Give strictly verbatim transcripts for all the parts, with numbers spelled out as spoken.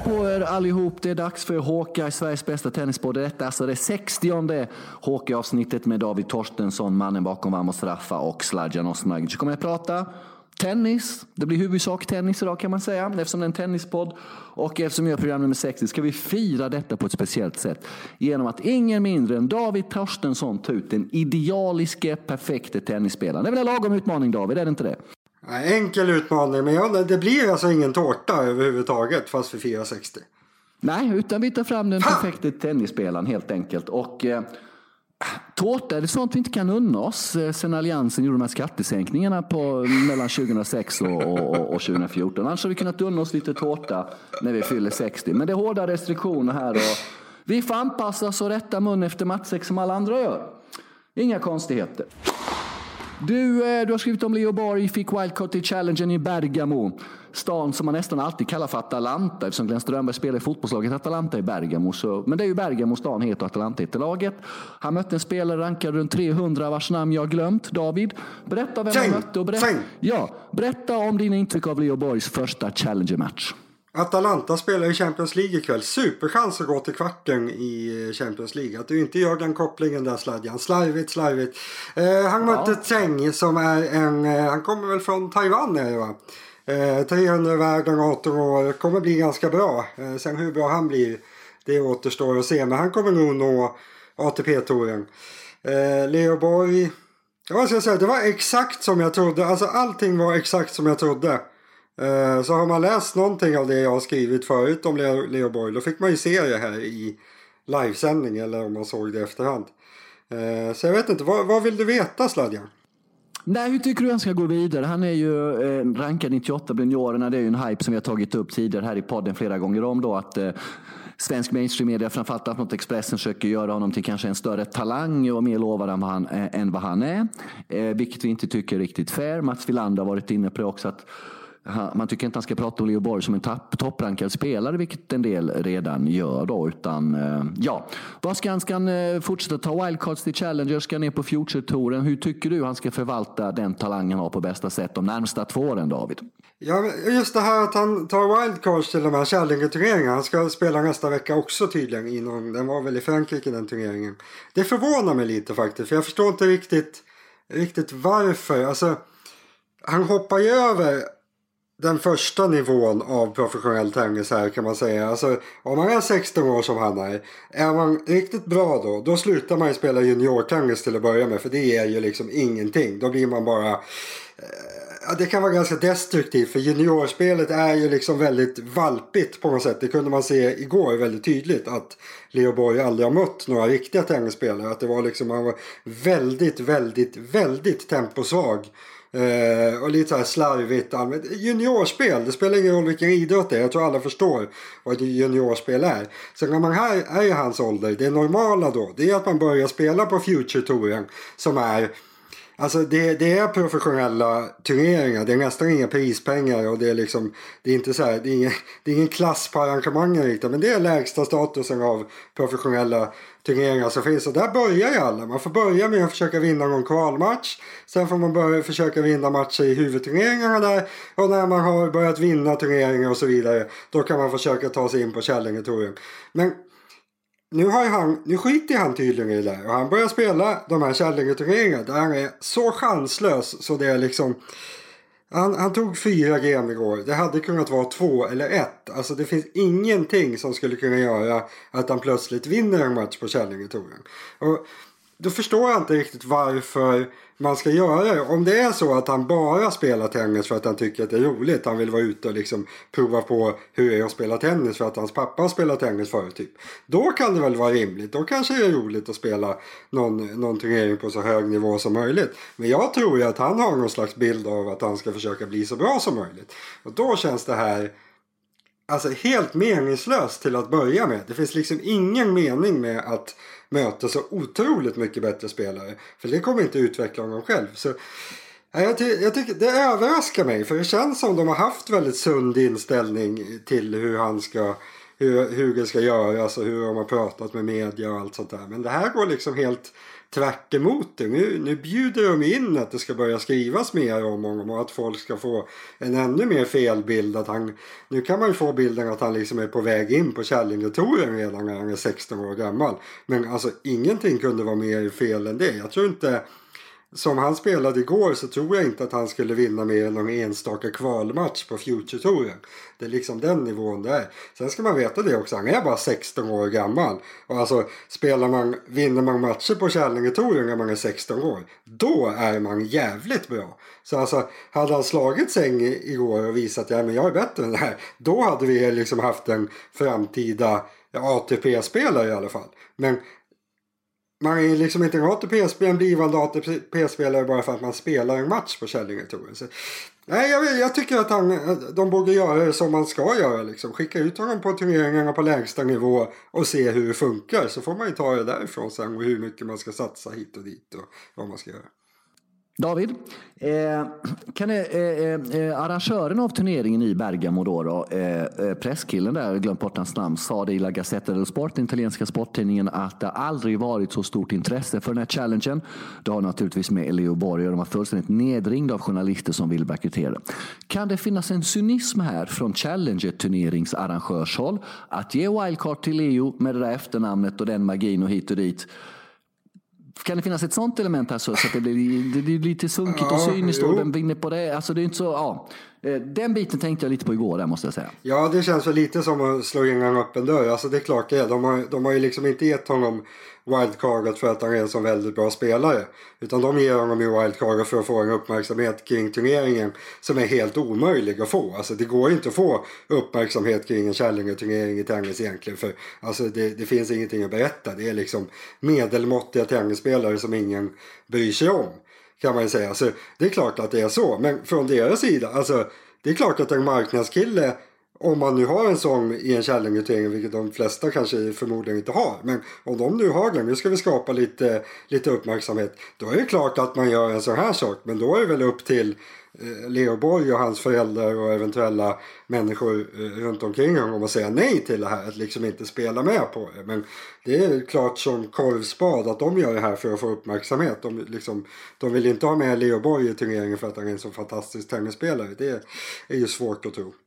på er allihop. Det är dags för Håka, Sveriges bästa tennispodd. Detta är alltså det sextionde Håka-avsnittet med David Torstensson, mannen bakom Vamos Rafa och Sladjan Osnagic. Kommer jag prata tennis. Det blir huvudsak tennis idag kan man säga, eftersom det är en tennispodd. Och eftersom jag är program nummer sextio ska vi fira detta på ett speciellt sätt. Genom att ingen mindre än David Torstensson tar ut den idealiske, perfekta tennisspelaren. Det är väl en lagom utmaning, David, är det inte det? Enkel utmaning, men ja, det blir alltså ingen tårta överhuvudtaget fast vi firar sextio. Nej, utan vi tar fram den perfekta tennisspelaren helt enkelt. Och eh, tårta, är det sånt vi inte kan unna oss sen Alliansen gjorde de här skattesänkningarna på mellan tjugohundrasex och, och, och tjugohundrafjorton. Annars har vi kunnat unna oss lite tårta när vi fyller sextio. Men det är hårda restriktioner här och vi får anpassa oss och rätta mun efter matsäck som alla andra gör. Inga konstigheter. Du, du har skrivit om Leo Borg, fick wildcard till challengen i Bergamo. Stan som man nästan alltid kallar för Atalanta, eftersom Glenn Strömberg spelar i fotbollslaget Atalanta i Bergamo. Så, men det är ju Bergamo stan heter Atalanta heter laget. Han mötte en spelare rankad runt trehundra vars namn jag glömt. David, berätta vem han mötte och berätta, ja, berätta om dina intryck av Leo Borgs första challenger-match. Atalanta spelar i Champions League ikväll. Superchans att gå till kvarten i Champions League. Att du inte gör den kopplingen där, Sladjan. Slarvigt, slarvigt. Eh, han mötte Tseng som är en... Eh, han kommer väl från Taiwan, är det va? Eh, trehundra världen, arton år. Kommer bli ganska bra. Eh, sen hur bra han blir, det återstår att se. Men han kommer nog nå A T P-touren. Eh, Leo Borg... Jag ska säga, det var exakt som jag trodde. Alltså allting var exakt som jag trodde. Så har man läst någonting av det jag har skrivit förut om Leo, Leo Borg, då fick man ju se det här i livesändning eller om man såg det i efterhand. Så jag vet inte, vad, vad vill du veta, Sladjan? Nej, hur tycker du han ska gå vidare? Han är ju eh, rankad nittioåtta bland juniorerna. Det är ju en hype som vi har tagit upp tidigare här i podden flera gånger om då att... Eh, Svensk mainstream-media, framförallt att något Expressen försöker göra honom till kanske en större talang och mer lovad än vad han, äh, än vad han är. Eh, vilket vi inte tycker är riktigt fair. Mats Wilander har varit inne på det också att han, man tycker inte han ska prata om Leo Borg som en tapp, topprankad spelare, vilket en del redan gör då. Utan, eh, ja. Vad ska han, ska han eh, fortsätta ta wildcards till Challenger? Ska ner på Future-touren? Hur tycker du han ska förvalta den talangen han har på bästa sätt de närmsta två åren, David? Ja, just det här att han tar wildcards till de här Challenger-turneringarna. Han ska spela nästa vecka också tydligen. Inom, den var väl i Frankrike den turneringen. Det förvånar mig lite faktiskt. För jag förstår inte riktigt, riktigt varför. Alltså, han hoppar ju över den första nivån av professionell tennis här kan man säga. Alltså, om man är sexton år som han är. Är man riktigt bra då. Då slutar man ju spela junior-tennis till att börja med. För det är ju liksom ingenting. Då blir man bara... Ja, det kan vara ganska destruktivt för juniorspelet är ju liksom väldigt valpigt på något sätt. Det kunde man se igår väldigt tydligt att Leo Borg aldrig har mött några riktiga tennisspelare. Att det var liksom, han var väldigt, väldigt, väldigt temposvag. Eh, och lite så här slarvigt allmänt. Juniorspel, det spelar ingen roll vilken idrott det är. Jag tror alla förstår vad ett juniorspel är. Så när man här är i hans ålder, det normala då, det är att man börjar spela på Future-touren som är... Alltså det, det är professionella turneringar. Det är nästan inga prispengar. Och det är liksom, det är inte så här, det är ingen, det är ingen klass på arrangemangen riktigt. Men det är lägsta statusen av professionella turneringar som finns. Och där börjar ju alla. Man får börja med att försöka vinna någon kvalmatch. Sen får man börja försöka vinna matcher i huvudturneringarna där. Och när man har börjat vinna turneringar och så vidare. Då kan man försöka ta sig in på Challenger-touren. Men... Nu, har han, nu skiter han tydligen i det där och han börjar spela de här Challenger-turneringarna där han är så chanslös så det är liksom... Han, han tog fyra game igår. Det hade kunnat vara två eller ett. Alltså det finns ingenting som skulle kunna göra att han plötsligt vinner en match på Challenger-touren. Och då förstår jag inte riktigt varför man ska göra det. Om det är så att han bara spelar tennis för att han tycker att det är roligt. Han vill vara ute och liksom prova på hur det är att spela tennis för att hans pappa har spelat tennis förut typ. Då kan det väl vara rimligt. Då kanske det är roligt att spela någon, någon turnering på så hög nivå som möjligt. Men jag tror ju att han har någon slags bild av att han ska försöka bli så bra som möjligt. Och då känns det här... Alltså helt meningslöst till att börja med. Det finns liksom ingen mening med att möta så otroligt mycket bättre spelare. För det kommer inte utveckla honom själv. Så jag, ty- jag tycker det överraskar mig. För det känns som de har haft väldigt sund inställning till hur han ska... Hur, hur det ska göras och hur de har pratat med media och allt sånt där. Men det här går liksom helt tvärt emot det. Nu, nu bjuder de in att det ska börja skrivas mer om honom och att folk ska få en ännu mer felbild. Att han, nu kan man ju få bilden att han liksom är på väg in på Kärlingetouren redan när han är sexton år gammal. Men alltså ingenting kunde vara mer fel än det. Jag tror inte... Som han spelade igår så tror jag inte att han skulle vinna mer än någon enstaka kvalmatch på Future-touren. Det är liksom den nivån där. Sen ska man veta det också, han är bara sexton år gammal. Och alltså spelar man, vinner man matcher på Kärlingetouren när man är sexton år, då är man jävligt bra. Så alltså, hade han slagit säng igår och visat att ja, men jag är bättre än det här, då hade vi liksom haft en framtida A T P-spelare i alla fall. Men man är liksom inte en A T P-spelare, en blivande A T P-spelare bara för att man spelar en match på Kärlingetouren. Så, nej, jag, jag tycker att han, de borde göra det som man ska göra. Liksom. Skicka ut honom på turneringarna på lägsta nivå och se hur det funkar. Så får man ju ta det därifrån sen och hur mycket man ska satsa hit och dit och vad man ska göra. David, eh, kan det, eh, eh, arrangören av turneringen i Bergamo då, då eh, presskillen där, glömt bort hans namn, sa det i La Gazzetta dello Sport, den italienska sporttidningen, att det aldrig varit så stort intresse för den här challengen. Det har naturligtvis med Leo Borg och de har fullständigt nedringda av journalister som vill rekrytera. Kan det finnas en cynism här från Challenger-turneringsarrangörshåll att ge wildcard till Leo med det där efternamnet och den magin och hit och dit? Kan det finnas ett sånt element här så, så att det blir, det blir lite sunkigt ja, och cyniskt och vem vinner på det? Alltså det är inte så, ja. Den biten tänkte jag lite på igår där, måste jag säga. Ja, det känns väl lite som att slå in en öppen dörr. Alltså det är klart det är. De har, de har ju liksom inte gett honom wildcardet för att han är en så väldigt bra spelare. Utan de ger honom ju wildcardet för att få en uppmärksamhet kring turneringen som är helt omöjlig att få. Alltså det går inte att få uppmärksamhet kring en Challenger-turnering i tennis egentligen. För alltså det, det finns ingenting att berätta. Det är liksom medelmåttiga tennisspelare som ingen bryr sig om, kan man ju säga. Så det är klart att det är så. Men från deras sida, alltså det är klart att en marknadskille, om man nu har en sång i en Challenger-turnering, vilket de flesta kanske förmodligen inte har, men om de nu har den, nu ska vi skapa lite, lite uppmärksamhet, då är det klart att man gör en sån här sak. Men då är det väl upp till eh, Leo Borg och hans föräldrar och eventuella människor eh, runt omkring honom att säga nej till det här, att liksom inte spela med på det. Men det är klart som korvspad att de gör det här för att få uppmärksamhet. De, liksom, de vill inte ha med Leo Borg i turneringen för att han är en så fantastisk tennisspelare. Det är ju svårt att tro.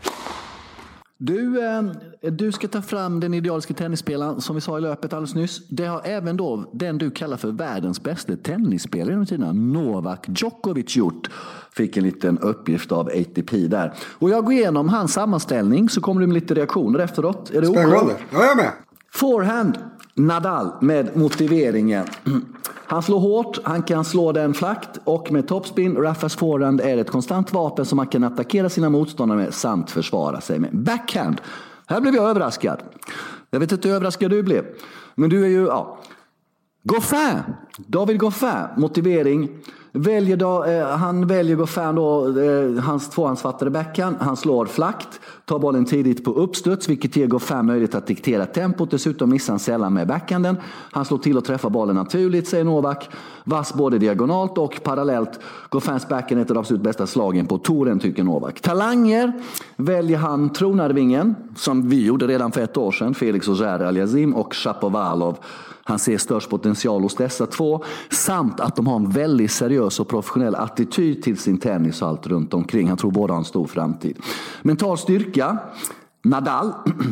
Du, du ska ta fram den idealiska tennisspelaren som vi sa i löpet alldeles nyss. Det har även då den du kallar för världens bästa tennisspelare genom tiderna, Novak Djokovic, gjort. Fick en liten uppgift av A T P där. Och jag går igenom hans sammanställning så kommer du med lite reaktioner efteråt. Är det spännande? Okay? Ja, jag är med. Forehand, Nadal med motiveringen. Han slår hårt, han kan slå den flakt och med topspin. Raffas forehand är ett konstant vapen som man kan attackera sina motståndare med samt försvara sig med. Backhand, här blev jag överraskad. Jag vet inte hur överraskad du blev. Men du är ju, ja. Goffin, David Goffin, motivering. Väljer då, eh, han väljer Goffin då, eh, hans tvåhandsfattade backhand. Han slår flakt, tar bollen tidigt på uppstuds, vilket ger Goffin möjlighet att diktera tempot. Dessutom missar han sällan med backhanden. Han slår till och träffar bollen naturligt, säger Novak. Vass både diagonalt och parallellt. Goffins backhand är ett av de absolut bästa slagen på touren, tycker Novak. Talanger väljer han tronarvingen, som vi gjorde redan för ett år sedan. Felix Auger-Aliassime och Shapovalov. Han ser störst potential hos dessa två, samt att de har en väldigt seriös och professionell attityd till sin tennis och allt runt omkring. Han tror båda har en stor framtid. Mental styrka, Nadal,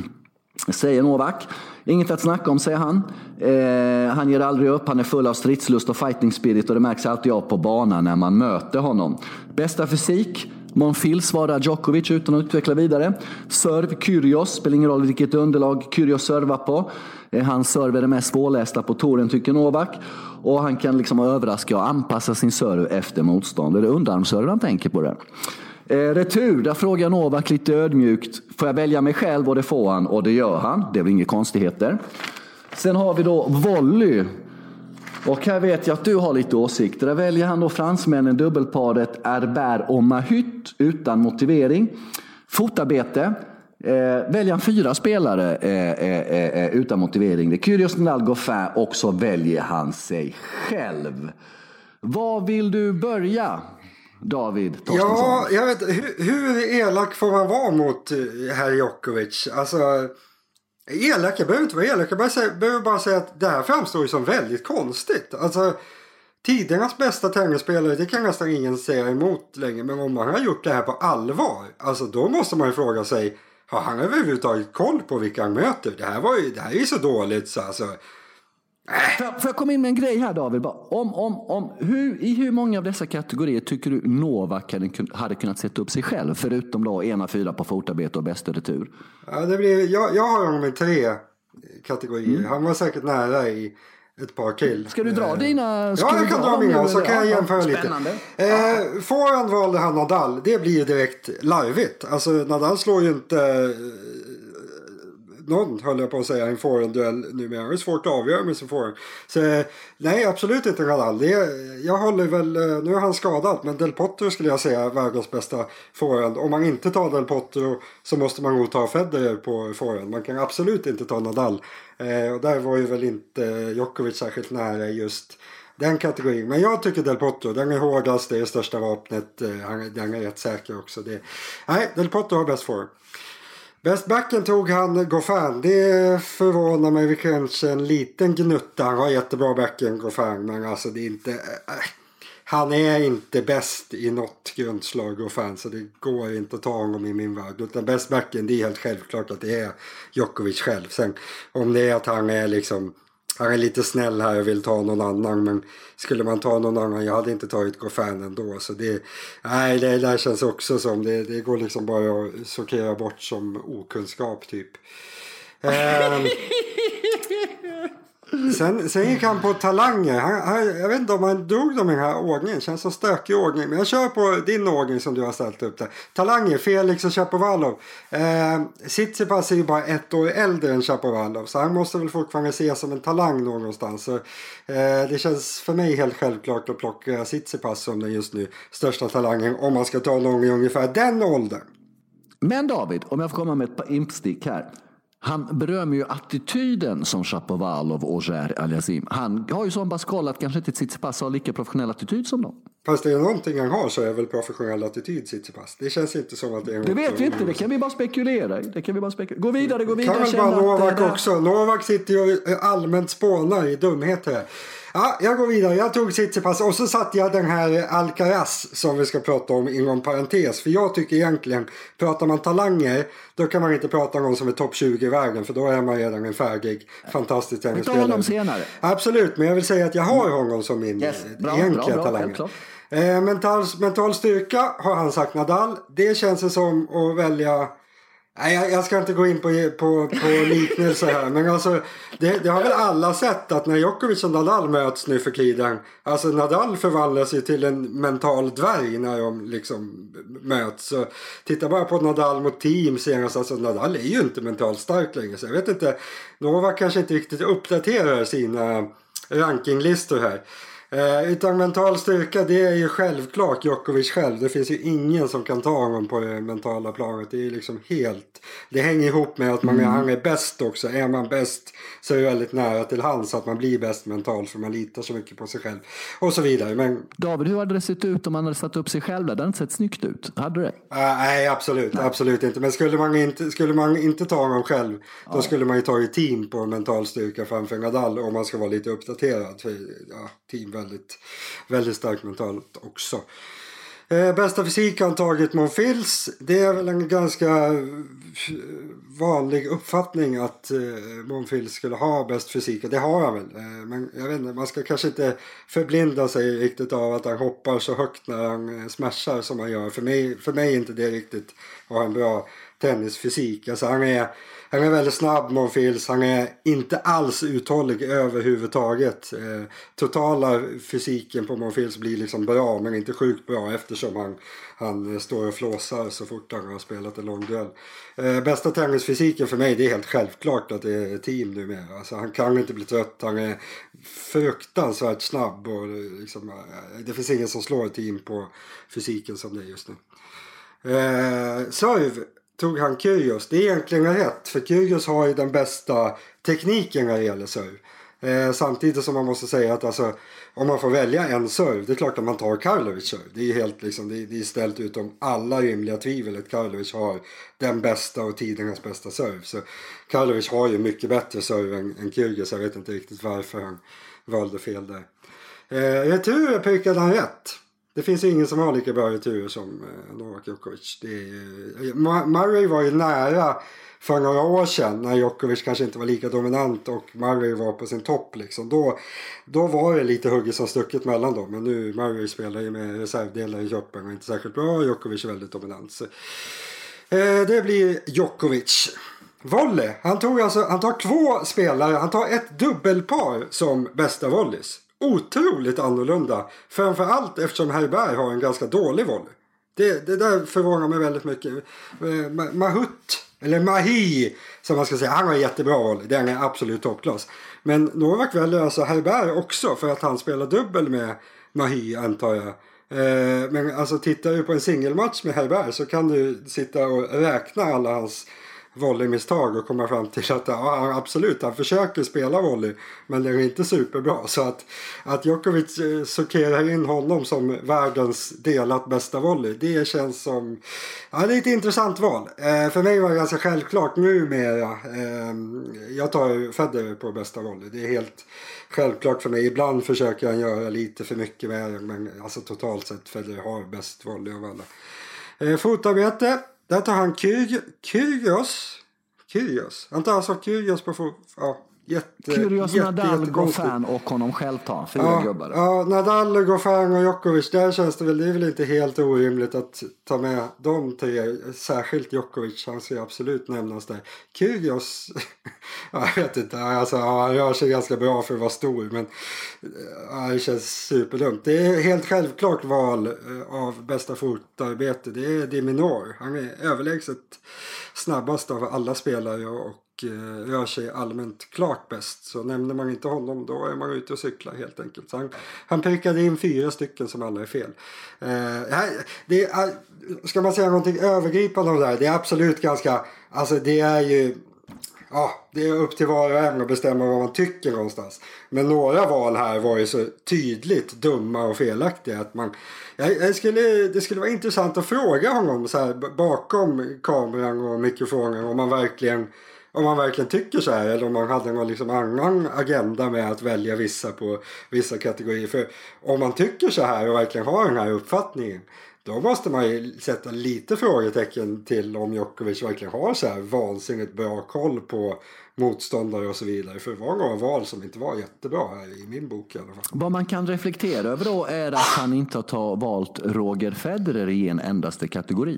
säger Novak. Inget att snacka om, säger han. Eh, han ger aldrig upp, han är full av stridslust och fighting spirit och det märks alltid av på banan när man möter honom. Bästa fysik, Monfils svarar Djokovic utan att utveckla vidare. Serv, Kyrgios, spelar ingen roll vilket underlag Kyrgios servar på. Hans serv är det mest svårlästa på touren, tycker Novak. Och han kan liksom överraska och anpassa sin serv efter motstånd. Det är underarmserv han tänker på det. Eh, retur, där frågar Novak lite ödmjukt. Får jag välja mig själv? Och det får han, och det gör han. Det är väl inga konstigheter. Sen har vi då volley. Och här vet jag att du har lite åsikter. Där väljer han då fransmännen dubbelparet Herbert och Mahut utan motivering. Fotarbete. Eh, väljer han fyra spelare eh, eh, eh, utan motivering. Det är Kyrgios, Nadal, Goffin, och så väljer han sig själv. Vad vill du börja, David Torstensson? Ja, jag vet, hur, hur elak får man vara mot herr Djokovic? Alltså, Elak, jag behöver inte vara elak. Jag behöver, säga, behöver bara säga att det här framstår ju som väldigt konstigt. Alltså, tidernas bästa tennisspelare, det kan nästan ingen säga emot längre. Men om man har gjort det här på allvar, alltså då måste man ju fråga sig, har han överhuvudtaget koll på vilka han möter? Det här, var ju, det här är ju så dåligt så alltså... Äh. Får, får jag komma in med en grej här, David? Bara, om, om, om, hur, I hur många av dessa kategorier tycker du Novak hade, hade kunnat sätta upp sig själv? Förutom då ena fyra på fotarbete och bästa retur. Ja, det blir, jag, jag har honom i tre kategorier. Mm. Han var säkert nära i ett par till. Ska du dra eh, dina? Ja, jag kan dra mina så kan jag jämföra ja, lite. Eh, Forehand valde han Nadal. Det blir ju direkt larvigt. Alltså Nadal slår ju inte... Eh, någon höll jag på att säga en forehand-duell numera. Det är svårt att avgöra med sin forehand. Så nej, absolut inte Nadal. Det är, jag håller väl, nu är han skadad, men Del Potro skulle jag säga världens bästa forehand. Om man inte tar Del Potro så måste man nog ta Federer på forehand. Man kan absolut inte ta Nadal. Eh, och där var ju väl inte Djokovic särskilt nära just den kategorin. Men jag tycker Del Potro, den är hårdast, det är det största vapnet. Han, den är rätt säker också. Det, nej, Del Potro har bäst forehand. Bäst backen tog han Goffin. Det förvånar mig kanske en liten gnutta. Han har jättebra backen Goffin. Men alltså det är inte... Äh, han är inte bäst i något grundslag Goffin. Så det går inte att ta honom i min värld. Utan bäst backen, det är helt självklart att det är Djokovic själv. Sen om det är att han är liksom... Han är lite snäll här och vill ta någon annan. Men skulle man ta någon annan, jag hade inte tagit Goffin ändå. Så det, nej, det där känns också som, det, det går liksom bara att sortera bort som okunskap typ. Um, sen, sen gick han på talanger. Han, han, jag vet inte om han drog dem i den här ordningen. Känns som stökig ordning. Men jag kör på din ordning som du har ställt upp där. Talanger, Felix och Chapovalov. Eh, Tsitsipas är ju bara ett år äldre än Chapovalov. Så han måste väl fortfarande ses som en talang någonstans. Så, eh, det känns för mig helt självklart att plocka Tsitsipas som den just nu största talangen. Om man ska ta någon i ungefär den åldern. Men David, om jag får komma med ett par instick här. Han berömmer ju attityden som Shapovalov och Auger Aliassime. Han har ju sån baskoll att kanske inte Tsitsipas har lika professionell attityd som dem. Fast det är någonting han har så är väl professionell attityd Tsitsipas. Det känns inte som att det är en... Det vet vi inte, det kan vi bara spekulera i. Det kan vi bara spekulera. Gå vidare, gå vidare. Kan väl bara Novak att, också. Novak sitter ju allmänt spånar i dumheter. Ja, jag går vidare. Jag tog Tsitsipas och så satte jag den här Alcaraz som vi ska prata om inom parentes. För jag tycker egentligen, pratar man talanger, då kan man inte prata om någon som är topp tjugo i världen. För då är man redan en färdig, fantastisk tennisspelare. Vi tar honom senare. Absolut, men jag vill säga att jag har honom som min yes, bra, egentliga bra, bra, talang. Eh, mental, mental styrka har han sagt Nadal. Det känns som att välja... Nej, jag, jag ska inte gå in på, på, på liknelse här. Men alltså, det, det har väl alla sett att när Djokovic och Nadal möts nu för tiden. Alltså Nadal förvandlas ju till en mental dvärg när de liksom möts. Så titta bara på Nadal mot team senast. Alltså Nadal är ju inte mentalt stark längre. Så jag vet inte, Novak kanske inte riktigt uppdaterar sina rankinglistor här. Eh, utan mental styrka, det är ju självklart Djokovic själv. Det finns ju ingen som kan ta honom på det mentala planet. Det är liksom helt... Det hänger ihop med att man mm. han är bäst också. Är man bäst så är det väldigt nära till hands att man blir bäst mentalt för man litar så mycket på sig själv. Och så vidare. Men... David, hur hade det sett ut om man hade satt upp sig själv där? Det hade inte sett snyggt ut. Hade det? Uh, nej, absolut. Nej. Absolut inte. Men skulle man inte, skulle man inte ta honom själv ja. Då skulle man ju ta ett team på mental styrka framför Nadal om man ska vara lite uppdaterad. För, ja, team väldigt, väldigt starkt mentalt också. Eh, bästa fysik har tagit Monfils. Det är väl en ganska vanlig uppfattning att eh, Monfils skulle ha bäst fysik. Det har han väl. Eh, men jag vet inte, man ska kanske inte förblinda sig riktigt av att han hoppar så högt när han eh, smashar som han gör. För mig, för mig är inte det riktigt att ha en bra tennisfysik. Alltså han är Han är väldigt snabb, Monfils. Han är inte alls uthållig överhuvudtaget. Eh, totala fysiken på Monfils blir liksom bra, men inte sjukt bra eftersom han, han står och flåsar så fort han har spelat en lång duell. Eh, bästa tennisfysiken för mig, det är helt självklart att det är team numera. Alltså, han kan inte bli trött, han är fruktansvärt snabb. Och liksom, det finns ingen som slår ett team på fysiken som det är just nu. Eh, serve tog han Kyrgios. Det är egentligen rätt. För Kyrgios har ju den bästa tekniken när det gäller serve. Eh, samtidigt som man måste säga att alltså, om man får välja en serve, det är klart att man tar Karlovic serve. Det är helt liksom, det är, det är ställt utom alla rimliga tvivel att Karlovic har den bästa och tidernas bästa serve. Så Karlovic har ju mycket bättre serve än, än Kyrgios. Jag vet inte riktigt varför han valde fel där. Eh, returer prickade han rätt. Det finns ju ingen som har lika bra returer som eh, Novak Djokovic. Det är, Murray var ju nära för några år sedan när Djokovic kanske inte var lika dominant och Murray var på sin topp liksom. Då, då var det lite hugget som stucket mellan dem. Men nu Murray spelar ju med reservdelar i kroppen och inte särskilt bra. Djokovic är väldigt dominant. Så, eh, det blir Djokovic. Volley. Han tog alltså, han tar två spelare. Han tar ett dubbelpar som bästa volleys. Otroligt annorlunda. Framförallt eftersom Herbert har en ganska dålig volley. Det, det där förvånar mig väldigt mycket. Mahut, eller Mahi som man ska säga, han har jättebra volley. Den är absolut toppklass. Men Novak väljer alltså Herbert också för att han spelar dubbel med Mahi, antar jag. Men alltså tittar du på en singelmatch med Herbert så kan du sitta och räkna alla hans volleymisstag och komma fram till att ja, absolut, han försöker spela volley men det är inte superbra. Så att, att Djokovic sorterar in honom som världens delat bästa volley, det känns som ja, det är ett intressant val. Eh, för mig var det ganska självklart numera. Eh, jag tar Federer på bästa volley. Det är helt självklart för mig. Ibland försöker han göra lite för mycket med det, men alltså totalt sett Federer har bäst volley av alla. Eh, fotarbete. Där tar han Kyrgios. Kyrgios. Han tar alltså Kyrgios på fot. Ja, jätte, Kyrgios, jätte, Nadal, jätte, Goffin och honom själv tar. Fyra ja, gubbar. Ja, Nadal, Goffin och Djokovic. Där känns det väl, det är väl inte helt orimligt att ta med de tre. Särskilt Djokovic. Han ska absolut nämnas där. Kyrgios. Jag vet inte. Alltså, ja, han rör sig ganska bra för att vara stor. Men ja, det känns superdumt. Det är helt självklart val av bästa fotarbete. Det är de Minaur. Han är överlägset snabbast av alla spelare och rör sig allmänt klart bäst. Så nämner man inte honom, då är man ute och cyklar helt enkelt. Så han, han prickade in fyra stycken som alla är fel. Eh, det är, ska man säga någonting övergripande om det här? Det är absolut ganska, alltså det är ju, ja, det är upp till var och en att bestämma vad man tycker någonstans. Men några val här var ju så tydligt dumma och felaktiga att man, jag, jag skulle, det skulle vara intressant att fråga honom så här bakom kameran och mikrofonen om man verkligen Om man verkligen tycker så här, eller om man hade någon liksom annan agenda med att välja vissa på vissa kategorier. För om man tycker så här och verkligen har den här uppfattningen, då måste man ju sätta lite frågetecken till om Djokovic verkligen har så här vansinnigt bra koll på motståndare och så vidare. För det var några val som inte var jättebra här i min bok i alla fall. Vad man kan reflektera över då är att han inte har valt Roger Federer i en endaste kategori.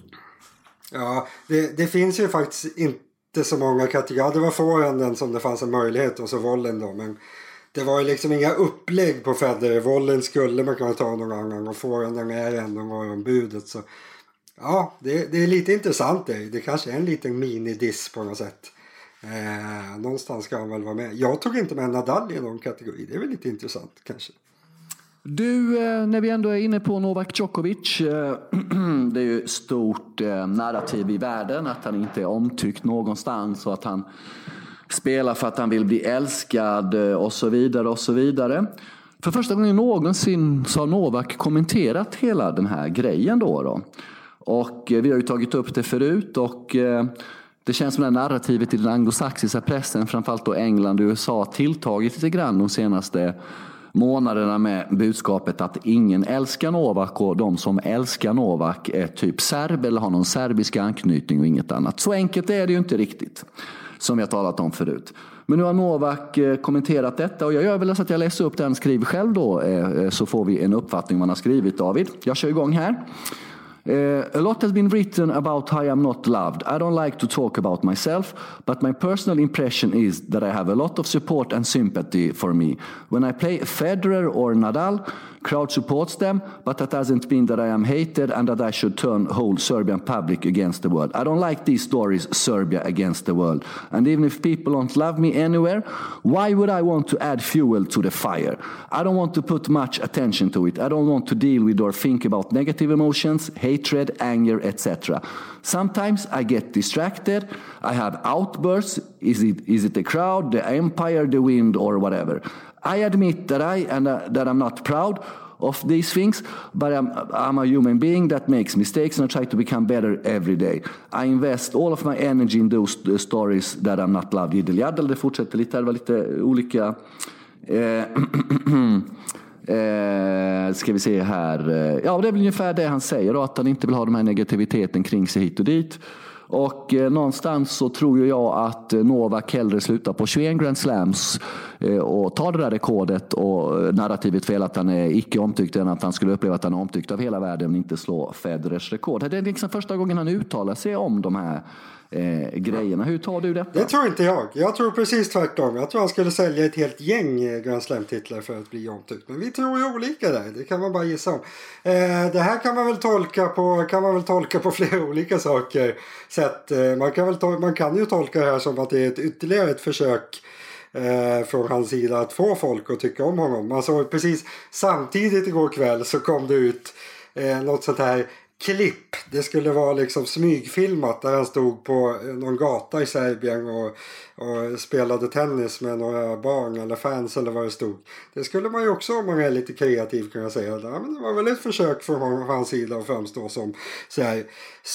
Ja, det, det finns ju faktiskt inte inte så många kategorier. Ja, det var forehanden som det fanns en möjlighet och så vollen då. Men det var ju liksom inga upplägg på Federer. Vollen skulle man kunna ta någon annan och forehanden är ändå morgonbudet. Så ja, det, det är lite intressant det. Det kanske är en liten minidiss på något sätt. Eh, någonstans ska han väl vara med. Jag tog inte med Nadal i någon kategori. Det är väl lite intressant kanske. Du, när vi ändå är inne på Novak Djokovic, det är ju stort narrativ i världen att han inte är omtyckt någonstans och att han spelar för att han vill bli älskad och så vidare och så vidare. För första gången någonsin så har Novak kommenterat hela den här grejen då då. Och vi har ju tagit upp det förut och det känns som det här narrativet i den anglosaxiska pressen, framförallt då England och U S A, tilltagit lite grann de senaste månaderna med budskapet att ingen älskar Novak och de som älskar Novak är typ serb eller har någon serbisk anknytning och inget annat. Så enkelt är det ju inte riktigt, som jag talat om förut. Men nu har Novak kommenterat detta och jag gör väl så att jag läser upp den, skriver själv då, så får vi en uppfattning man har skrivit, David. Jag kör igång här. Uh, a lot has been written about how I am not loved. I don't like to talk about myself, but my personal impression is that I have a lot of support and sympathy for me. When I play Federer or Nadal, Crowd supports them, but that doesn't mean that I am hated and that I should turn whole Serbian public against the world. I don't like these stories, Serbia against the world. And even if people don't love me anywhere, why would I want to add fuel to the fire? I don't want to put much attention to it. I don't want to deal with or think about negative emotions, hatred, anger, et cetera. Sometimes I get distracted. I have outbursts. Is it, is it the crowd, the empire, the wind, or whatever? I admit that I and uh, that I'm not proud of these things, but I'm, I'm a human being that makes mistakes and I try to become better every day. I invest all of my energy in those uh, stories that I'm not loved. Jiddel Jaddel, det fortsätter lite, det var lite olika... Eh, Eh, ska vi se här. Ja, det är väl ungefär det han säger då, att han inte vill ha de här negativiteten kring sig hit och dit. Och eh, någonstans så tror ju jag att Novak hellre slutar på tjugoett Grand Slams eh, och tar det där rekordet och narrativet fel att han är icke omtyckt än att han skulle uppleva att han är omtyckt av hela världen och inte slå Federers rekord. Det är liksom första gången han uttalar sig om de här Eh, grejerna. Hur tar du detta? Det tror inte jag. Jag tror precis tvärtom. Jag tror han skulle sälja ett helt gäng Grand Slam-titlar för att bli omtyckt. Men vi tror ju olika där. Det kan man bara gissa om. Eh, det här kan man väl tolka på kan man väl tolka på flera olika saker. Sätt, eh, man, kan väl to- man kan ju tolka det här som att det är ett ytterligare ett försök eh, från hans sida att få folk att tycka om honom. Alltså precis samtidigt igår kväll så kom det ut eh, något sånt här klipp. Det skulle vara liksom smygfilmat där han stod på någon gata i Serbien och, och spelade tennis med några barn eller fans eller vad det stod. Det skulle man ju också, om man är lite kreativ, kunna säga. Ja, men det var väl ett försök från hans sida att framstå som så här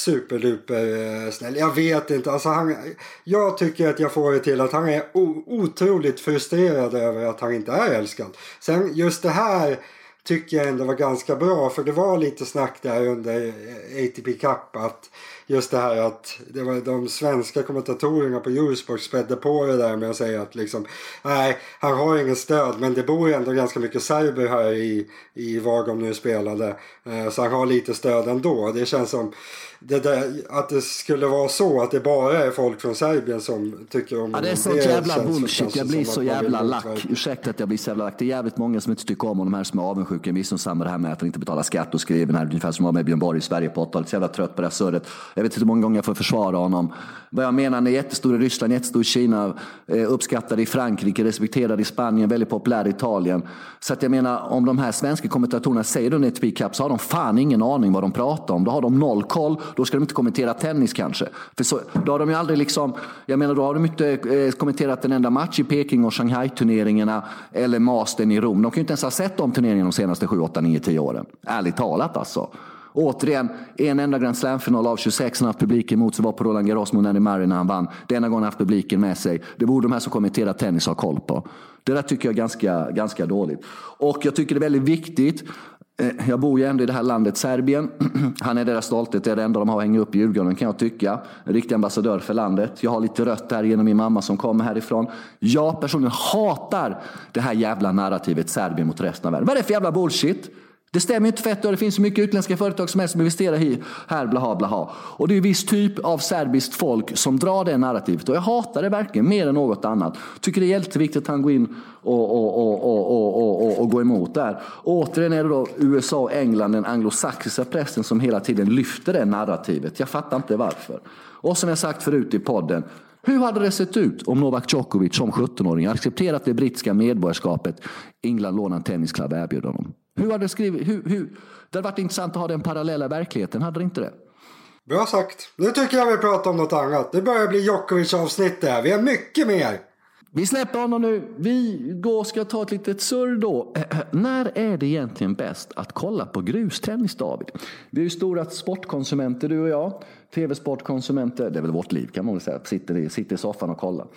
superduper snäll. Jag vet inte. Alltså han, jag tycker att jag får det till att han är o- otroligt frustrerad över att han inte är älskad. Sen just det här tycker jag ändå var ganska bra, för det var lite snack där under A T P Cup att just det här att det var de svenska kommentatorerna på Eurosport spädde på det där med att säga att liksom, nej, han har ingen stöd, men det bor ju ändå ganska mycket serber här i, i var de nu spelade, så han har lite stöd ändå. Det känns som det där, att det skulle vara så att det bara är folk från Serbien som tycker om ja, det är så jävla bullshit. Jag blir så jävla lack. Ursäkta att jag blir så jävla lack. Det är jävligt många som inte tycker om de här som är avundsjuka. Missunnsamma det här med att han inte betalar skatt och skriver här ungefär som var med Björn Borg i Sverige på åttalet. Så jävla trött på det här surret. Jag vet inte hur många gånger jag får försvara honom. Vad jag menar, han är jättestor i Ryssland, jättestor i Kina, uppskattad i Frankrike, respekterad i Spanien, väldigt populär i Italien. Så att jag menar, om de här svenska kommentatorerna säger under ett Cup så har de fan ingen aning vad de pratar om. Då har de noll koll. Då ska de inte kommentera tennis kanske. För så, då har de ju aldrig liksom, jag menar då har de inte eh, kommenterat en enda match i Peking och Shanghai-turneringarna eller Mastern i Rom. De kan ju inte ens ha sett de turneringarna de senaste sju, åtta, nio, tio åren. Ärligt talat alltså. Återigen, en enda Grand Slam-final av tjugosex han haft publiken mot sig var på Roland Garros mot Andy Murray när han vann. Det enda gången han haft publiken med sig. Det borde de här som kommenterar tennis ha koll på. Det där tycker jag är ganska, ganska dåligt. Och jag tycker det är väldigt viktigt. Jag bor ju ändå i det här landet Serbien. Han är deras stolthet, det är det enda de har hängt upp i Djurgården kan jag tycka. En riktig ambassadör för landet. Jag har lite rött där genom min mamma som kommer härifrån. Jag personligen hatar det här jävla narrativet Serbien mot resten av världen. Vad är det för jävla bullshit? Det stämmer inte fett och det finns så mycket utländska företag som helst som investerar här, blaha, blaha. Och det är en viss typ av serbiskt folk som drar det narrativet. Och jag hatar det verkligen mer än något annat. Tycker det är jätteviktigt att han går in och, och, och, och, och, och, och går emot där. Och återigen är det då U S A och England, den anglosaxiska pressen som hela tiden lyfter det narrativet. Jag fattar inte varför. Och som jag sagt förut i podden, hur hade det sett ut om Novak Djokovic som sjutton-åring accepterat det brittiska medborgarskapet England lånar en tennisklubb erbjuder honom? Hur hade det skrivit? Hur, hur? Det hade varit intressant att ha den parallella verkligheten, hade det inte det? Bra sagt. Nu tycker jag vi pratar om något annat. Det börjar bli Djokovic-avsnitt där. Vi har mycket mer. Vi släpper honom nu. Vi går ska ta ett litet surr då. Äh, när är det egentligen bäst att kolla på grustennis, David? Vi är ju stora sportkonsumenter, du och jag. Tv-sportkonsumenter, det är väl vårt liv kan man väl säga. Sitter i, sitter i soffan och kollar.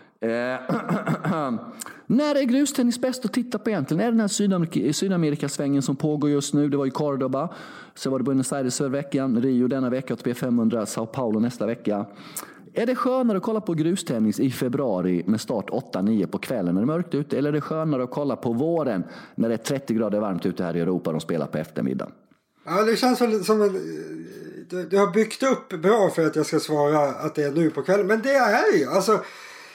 Eh, när är grustennis bäst att titta på egentligen? Är det den här Sydamerika, Sydamerikasvängen som pågår just nu? Det var i Cordoba, så var det Buenos Aires förra veckan, Rio denna vecka, A T P femhundra, Sao Paulo nästa vecka. Är det skönare att kolla på grustennis i februari med start åtta nio på kvällen när det är mörkt ute? Eller är det skönare att kolla på våren när det är trettio grader varmt ute här i Europa och de spelar på eftermiddagen? Ja, det känns väl som en... Du, du har byggt upp bra för att jag ska svara att det är nu på kvällen. Men det är ju, alltså...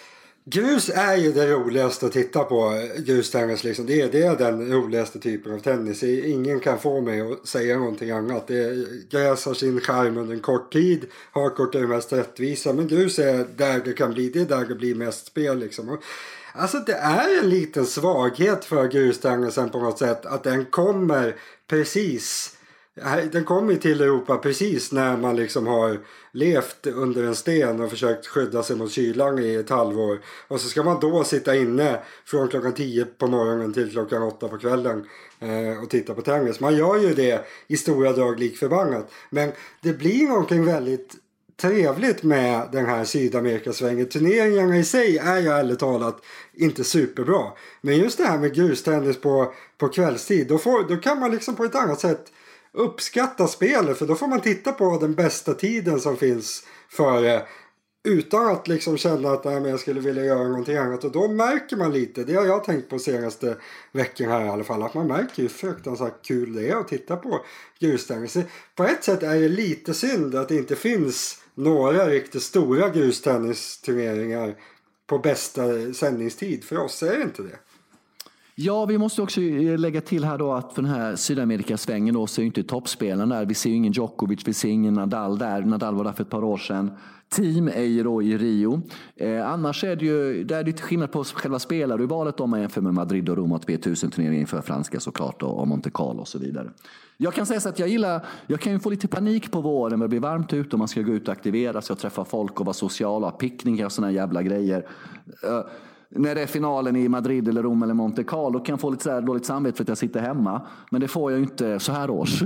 Grus är ju det roligaste att titta på, grustennis liksom. Det är, det är den roligaste typen av tennis. Ingen kan få mig att säga någonting annat. Det gräs har sin charm under en kort tid. Hardcourt är det mest rättvisa, men grus är där det kan bli, det är där det blir mest spel liksom. Alltså det är en liten svaghet för grustennisen på något sätt, att den kommer precis... Den kommer till Europa precis när man liksom har levt under en sten och försökt skydda sig mot kylan i ett halvår. Och så ska man då sitta inne från klockan tio på morgonen till klockan åtta på kvällen eh, och titta på tennis. Man gör ju det i stora drag lik förbannat. Men det blir någonting väldigt trevligt med den här Sydamerikasvängen. Turneringarna i sig är ju ärligt talat inte superbra. Men just det här med grustennis på, på kvällstid, då, får, då kan man liksom på ett annat sätt uppskatta spelet, för då får man titta på den bästa tiden som finns före utan att liksom känna att nej, men jag skulle vilja göra någonting annat. Och då märker man lite, det har jag tänkt på senaste veckan här i alla fall, att man märker hur fruktansvärt kul det är att titta på grustennis. På ett sätt är det lite synd att det inte finns några riktigt stora grustennisturneringar på bästa sändningstid. För oss är det inte det. Ja, vi måste också lägga till här då att för den här Sydamerikasvängen då så är ju inte toppspelaren där. Vi ser ju ingen Djokovic, vi ser ingen Nadal där. Nadal var där för ett par år sedan. Team är ju då i Rio. Eh, annars är det ju, där är det lite skillnad på själva spelare i valet om man jämför med Madrid och Rom och två tusen turneringen för franska såklart och, och Monte Carlo och så vidare. Jag kan säga så att jag gillar, jag kan ju få lite panik på våren när det blir varmt ute och man ska gå ut och aktivera sig och träffa folk och vara sociala, picknickar och såna jävla grejer. Uh, När det är finalen i Madrid eller Rom eller Monte Carlo kan jag få lite så här dåligt samvete för att jag sitter hemma. Men det får jag ju inte så här års.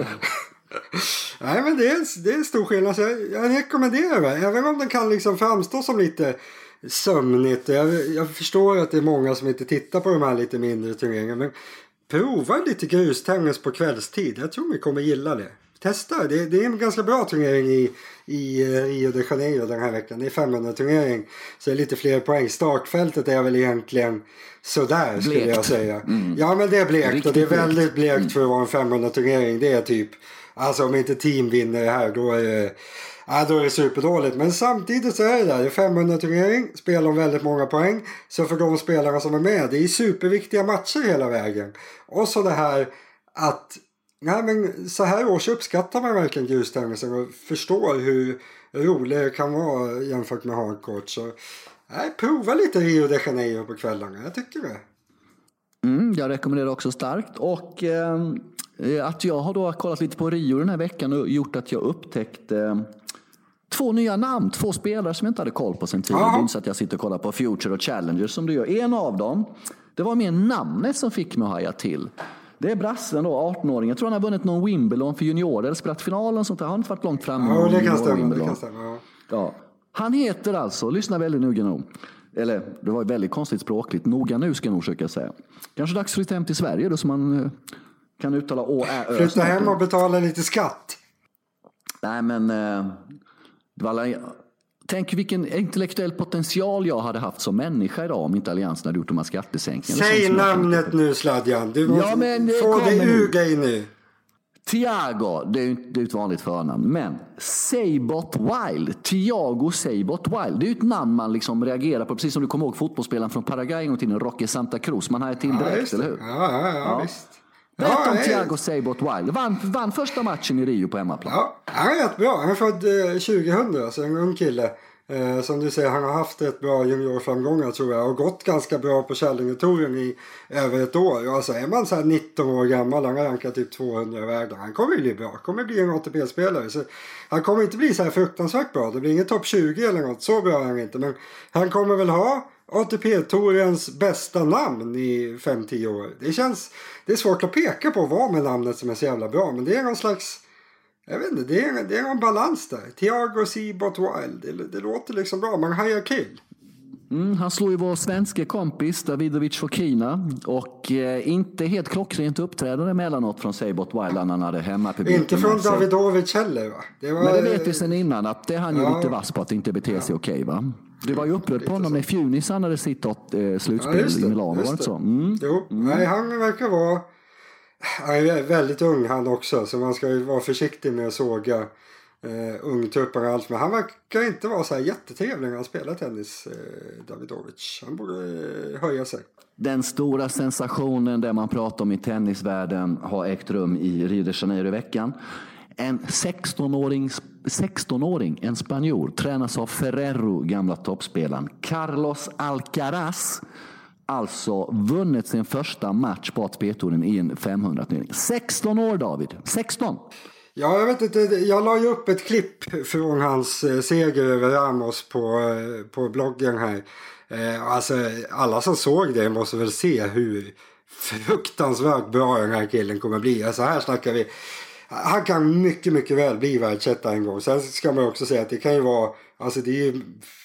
Nej, men det är, det är en stor skillnad. Jag, jag rekommenderar det. Även om den kan liksom framstå som lite sömnigt. Jag, jag förstår att det är många som inte tittar på de här lite mindre turneringarna. Men prova lite grustennis på kvällstid. Jag tror vi kommer gilla det. Testa, det, det är en ganska bra turnering i, i Rio de Janeiro den här veckan. Det är femhundra turnering, så det är lite fler poäng. Startfältet är väl egentligen sådär skulle blekt. Jag säga. Mm. Ja, men det är blekt. Riktigt och det är väldigt blekt mm. för att vara en femhundra turnering. Det är typ, alltså om inte team vinner det här, då är det, ja, då är det superdåligt. Men samtidigt så är det där, det är femhundra turnering, spelar om väldigt många poäng. Så för de spelarna som är med, det är superviktiga matcher hela vägen. Och så det här att nej, men så här års uppskattar man verkligen grustennisen och förstår hur roligt det kan vara jämfört med hardcourt. Så nej, prova lite Rio de Janeiro på kvällarna, jag tycker det. Mm, jag rekommenderar också starkt. Och eh, att jag har då kollat lite på Rio den här veckan och gjort att jag upptäckte eh, två nya namn, två spelare som jag inte hade koll på sen tidigare. Det är inte så att jag sitter och kollar på Future och Challenger som du gör. En av dem, det var mer namnet som fick mig att haja till. Det är brassen då, arton-åring. Jag tror han har vunnit någon Wimbledon för juniorer. Eller spelat finalen, sånt där. Han har inte varit långt fram. Ja, det kan stämma. Det kan stämma ja. Ja. Han heter alltså, lyssna väldigt noga nu. Eller, det var väldigt konstigt språkligt. Noga nu ska jag nog försöka säga. Kanske dags att flytta hem till Sverige då, så man kan uttala å, ä, ö. Flytta hem och betala lite skatt. Nej, men... Eh, det var... Tänk vilken intellektuell potential jag hade haft som människa idag om inte Alliansen hade gjort de här skattesänkningarna. Säg namnet nu, Sladjan. Du måste ja, men få det ur dig nu. Thiago, det är ju det är ett vanligt förnamn. Men Seibold Wild, Thiago Seibold Wild. Det är ju ett namn man liksom reagerar på. Precis som du kommer ihåg fotbollsspelaren från Paraguay och till Roque Santa Cruz. Man har ett till direkt, ja, eller hur? Ja, ja, ja, ja. Visst. Berätta ja, om Thiago Seibold Wild. Vann, vann första matchen i Rio på hemmaplan. Ja, han är rätt bra. Han är född eh, tjugohundra, så en ung kille. Eh, som du säger, han har haft ett bra juniorframgångar tror jag. Och gått ganska bra på Challenger-touren i över ett år. Alltså är man så här nitton år gammal, han har rankat typ tvåhundra i världen. Han kommer bli bra. Kommer bli en A T P-spelare. Så han kommer inte bli så här fruktansvärt bra. Det blir ingen topp tjugo eller något. Så bra är han inte. Men han kommer väl ha A T P-tourens bästa namn i fem till tio år. Det känns, det är svårt att peka på vad med namnet som är så jävla bra. Men det är någon slags, jag vet inte, det är, det är en balans där. Thiago Seibold Wild, det, det låter liksom bra, man hajar kill. Mm, han slog ju vår svenska kompis Davidovic Fokina och eh, inte helt klockrent uppträdande emellanåt från Seibold Wild när han hade hemmapubliken. Inte från Davidovic heller va? Det var, men det vet vi sen innan att det han ju ja. lite vass på att inte bete sig ja. okej va? Du var ju upprörd på honom när Funis han hade sitt åt eh, slutspel ja, det, i Milano, var det inte så? Mm. Jo, mm. nej han verkar vara han är väldigt ung han också, så man ska ju vara försiktig med att såga Uh, ungtruppen och allt, men han verkar inte vara så här jättetrevlig när han spelar tennis, uh, Davidovic. Han borde uh, höja sig. Den stora sensationen där man pratar om i tennisvärlden har ägt rum i Rio de Janeiro i veckan. En sexton-åring, sexton-åring, en spanjor, tränas av Ferrero, gamla toppspelaren Carlos Alcaraz, alltså vunnit sin första match på A T P-touren i en femhundra-turnering. sexton år, David. sexton! Ja, jag vet inte. Jag la ju upp ett klipp från hans seger över Ramos på, på bloggen här. Alltså, alla som såg det måste väl se hur fruktansvärt bra den här killen kommer bli. Alltså, här snackar vi. Han kan mycket, mycket väl bli världsetta en gång. Sen ska man också säga att det kan ju vara, alltså det är ju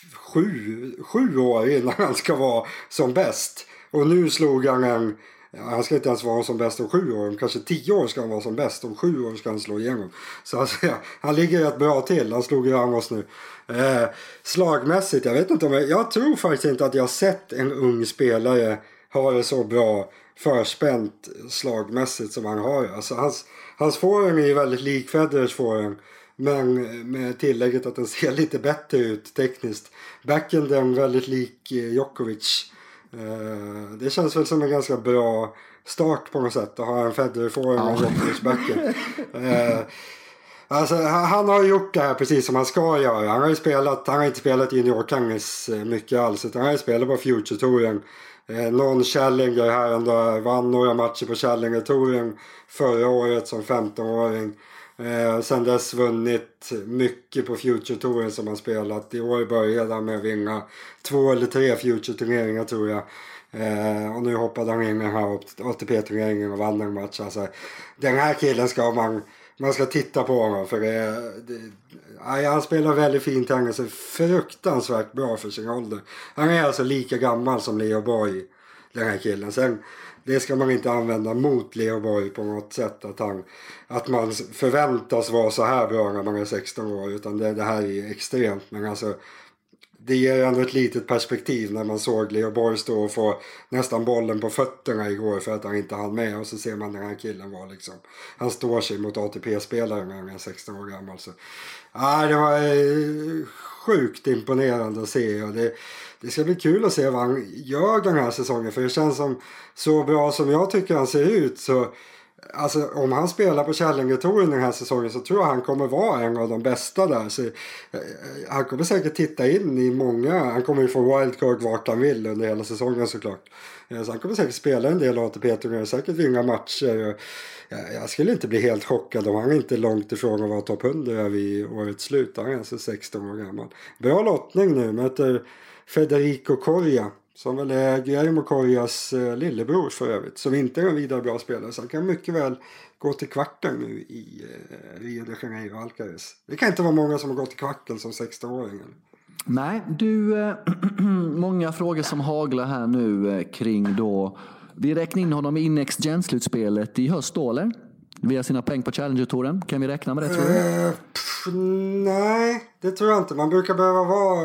sju, sju år innan han ska vara som bäst. Och nu slog han en, han ska inte ens vara som bäst om sju år. Om kanske tio år ska han vara som bäst. Om sju år ska han slå igenom. Så alltså, ja, han ligger rätt bra till. Han slog ju Ramos nu. Eh, slagmässigt, jag vet inte om jag, jag tror faktiskt inte att jag har sett en ung spelare ha det så bra förspänt slagmässigt som han har. Alltså hans, hans forehand är ju väldigt lik Federers forehand, men med tillägget att den ser lite bättre ut tekniskt. Backhanden väldigt lik Djokovic. Uh, det känns väl som en ganska bra start på något sätt att ha en Federer forehand och Djokovic backhand. Uh, Alltså, han har gjort det här precis som han ska göra. Han har ju spelat, han har inte spelat junior-tennis mycket alls, utan han har spelat på Future-touren. Eh, någon Challenger här ändå, vann några matcher på Challenger-touren förra året som femton-åring. Eh, sen dess vunnit mycket på Future-touren som han spelat. I år började han med att vinna två eller tre Future-turneringar tror jag. Eh, och nu hoppade han in i den här A T P-turneringen och vann en match. Alltså, den här killen ska man... Man ska titta på honom för det, det, aj, han spelar väldigt fin tennis, fruktansvärt bra för sin ålder. Han är alltså lika gammal som Leo Borg, den här killen. Sen, det ska man inte använda mot Leo Borg på något sätt, att, han, att man förväntas vara så här bra när man är sexton år, utan det, det här är extremt. Men alltså, det ger ändå ett litet perspektiv när man såg Leo Borg stå och få nästan bollen på fötterna igår för att han inte hann med. Och så ser man den här killen var liksom, han står sig mot A T P-spelare när han är sexton år gammal. Så, ah, det var eh, sjukt imponerande att se. Och det, det ska bli kul att se vad han gör den här säsongen. För det känns som, så bra som jag tycker han ser ut, så alltså, om han spelar på Challenger-touren den här säsongen så tror jag han kommer vara en av de bästa där. Så, eh, han kommer säkert titta in i många. Han kommer ju få wildcard vart han vill under hela säsongen såklart. Eh, så han kommer säkert spela en del A T P-turneringar, säkert vinna matcher. Jag, jag skulle inte bli helt chockad om han inte är långt ifrån att vara topp hundra vid årets slut. Han är alltså sexton år gammal. Bra lottning nu, möter Federico Coria, som väl är Guillermo Corias eh, lillebror för övrigt, som inte är en vidare bra spelare. Så han kan mycket väl gå till kvarten nu i eh, Rio de Janeiro Alcaraz. Det kan inte vara många som har gått till kvarten som sexton-åringar. Nej, du, äh, många frågor som haglar här nu äh, kring då. Vi räknar in honom i Next Gen-slutspelet i höst då, eller? Via sina pengar på Challenger-touren. Kan vi räkna med det, tror du? Uh, pff, nej, det tror jag inte. Man brukar behöva vara...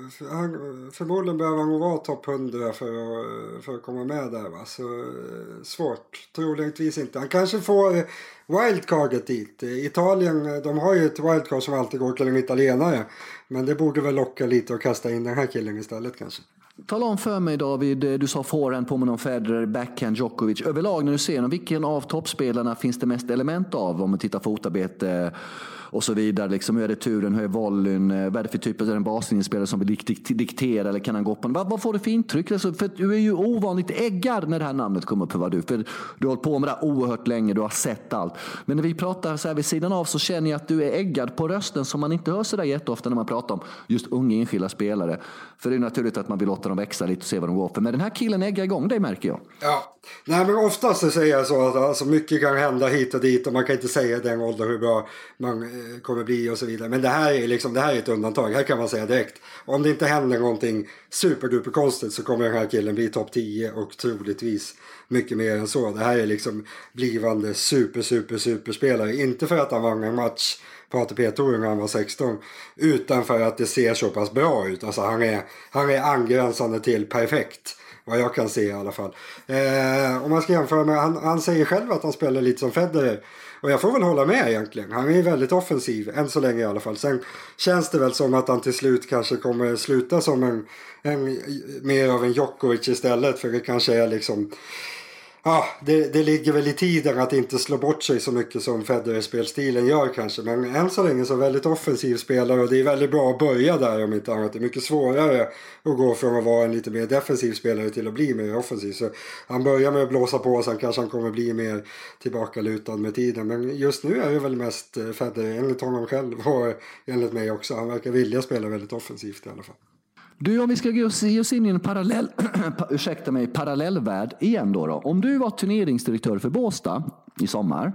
För, förmodligen behöver han vara topp hundra för att, för att komma med där. Va? Så svårt. Troligtvis inte. Han kanske får wildcardet dit. Italien, de har ju ett wildcard som alltid går till en italienare. Men det borde väl locka lite och kasta in den här killen istället kanske. Tala om för mig, David, du sa forehand, påminner om Federer, backhand, Djokovic. Överlag när du ser dem, vilken av toppspelarna finns det mest element av? Om man tittar fotarbete och så vidare. Liksom, hur är det turen, hur är vollen? Vad är det för typ av en baslinjespelare som vill diktera, eller kan han gå på? Vad, vad får du för intryck? Alltså, för du är ju ovanligt äggar när det här namnet kommer upp. För vad du, för du har hållit på med det oerhört länge, du har sett allt. Men när vi pratar så här vid sidan av så känner jag att du är äggad på rösten som man inte hör så där jätteofta när man pratar om just unga enskilda spelare. För det är naturligt att man vill låta dem växa lite och se vad de går för. Men den här killen äggar igång, det märker jag. Ja, nej men oftast så säger jag så att alltså, mycket kan hända hit och dit och man kan inte säga den ålder hur bra man eh, kommer bli och så vidare. Men det här är liksom, det här är ett undantag. Här kan man säga direkt. Om det inte händer någonting superduper konstigt så kommer den här killen bli topp tio och troligtvis mycket mer än så. Det här är liksom blivande super super super spelare. Inte för att han vann en match på A T P-touren när han var sexton, utan för att det ser så pass bra ut. Alltså han är, han är angränsande till perfekt, vad jag kan se i alla fall. Eh, om man ska jämföra med, han, han säger själv att han spelar lite som Federer. Och jag får väl hålla med egentligen. Han är väldigt offensiv, än så länge i alla fall. Sen känns det väl som att han till slut kanske kommer sluta som en, en mer av en Djokovic istället. För det kanske är liksom... Ja, det, det ligger väl i tiden att inte slå bort sig så mycket som Federer-spelstilen gör kanske. Men än så länge så väldigt offensiv spelare och det är väldigt bra att börja där om inte annat. Det är mycket svårare att gå från att vara en lite mer defensiv spelare till att bli mer offensiv. Så han börjar med att blåsa på och sen kanske han kommer bli mer tillbakalutad med tiden. Men just nu är det väl mest Federer enligt honom själv och enligt mig också. Han verkar vilja spela väldigt offensivt i alla fall. Du, om vi ska ge oss in i en parallell, ursäkta mig, parallellvärld igen då, då. Om du var turneringsdirektör för Båstad i sommar.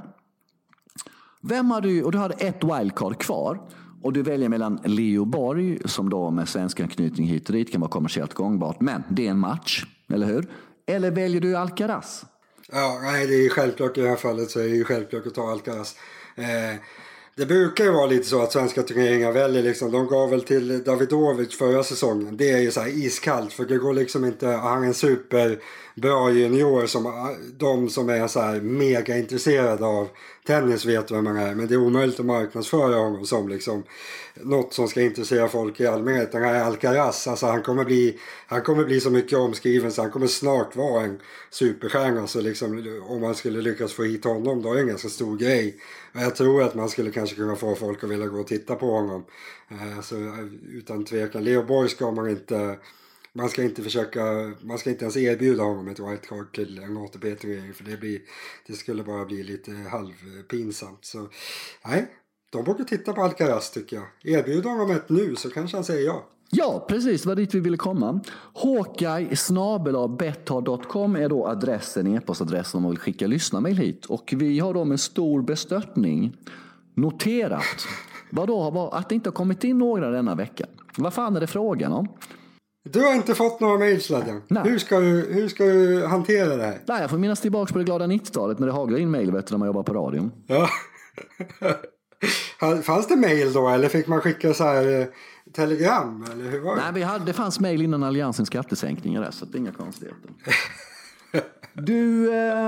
Vem har du, och du hade ett wildcard kvar. Och du väljer mellan Leo Borg, som då med svenska anknytning hit och dit kan vara kommersiellt gångbart. Men det är en match, eller hur? Eller väljer du Alcaraz? Ja, nej, det är självklart i det här fallet så är det ju självklart att ta Alcaraz. Eh... Det brukar ju vara lite så att svenska turneringar väljer liksom, de gav väl till Davidovic förra säsongen. Det är ju så här iskallt för det går liksom inte, han är en superbra junior som de som är så här mega intresserade av tennis vet vem man är. Men det är omöjligt att marknadsföra honom som liksom något som ska intressera folk i allmänhet. Den här Alcaraz, alltså han kommer bli, han kommer bli så mycket omskriven så han kommer snart vara en superstjärna. Så liksom, om man skulle lyckas få hit honom då är det en ganska stor grej. Jag tror att man skulle kanske kunna få folk att vilja gå och titta på honom. Alltså, utan tvekan. Leo Borg ska man inte... Man ska inte försöka... Man ska inte ens erbjuda honom ett wildcard till en A T P-turnering. För det, blir, det skulle bara bli lite halvpinsamt. Så nej, de borde titta på Alcaraz tycker jag. Erbjuda honom ett nu så kanske han säger ja. Ja, precis. Vad dit vi ville komma. Hawkeye snabel-a betthard dot com är då adressen, e-postadressen om man vill skicka lyssnarmail hit. Och vi har då med stor bestörtning noterat vadå, att det inte har kommit in några denna vecka. Vad fan är det frågan om? Du har inte fått några mejlsladden. Hur ska du, hur ska du hantera det här? Nej, jag får minnas tillbaka på det glada nittiotalet när det haglar in mejl vet du, när man jobbar på radion. Ja. Fanns det mejl då eller fick man skicka så här telegram eller hur var det? Nej, vi hade, det fanns mejl innan alliansens skattesänkningar där, så det är inga konstigheter. Du, eh,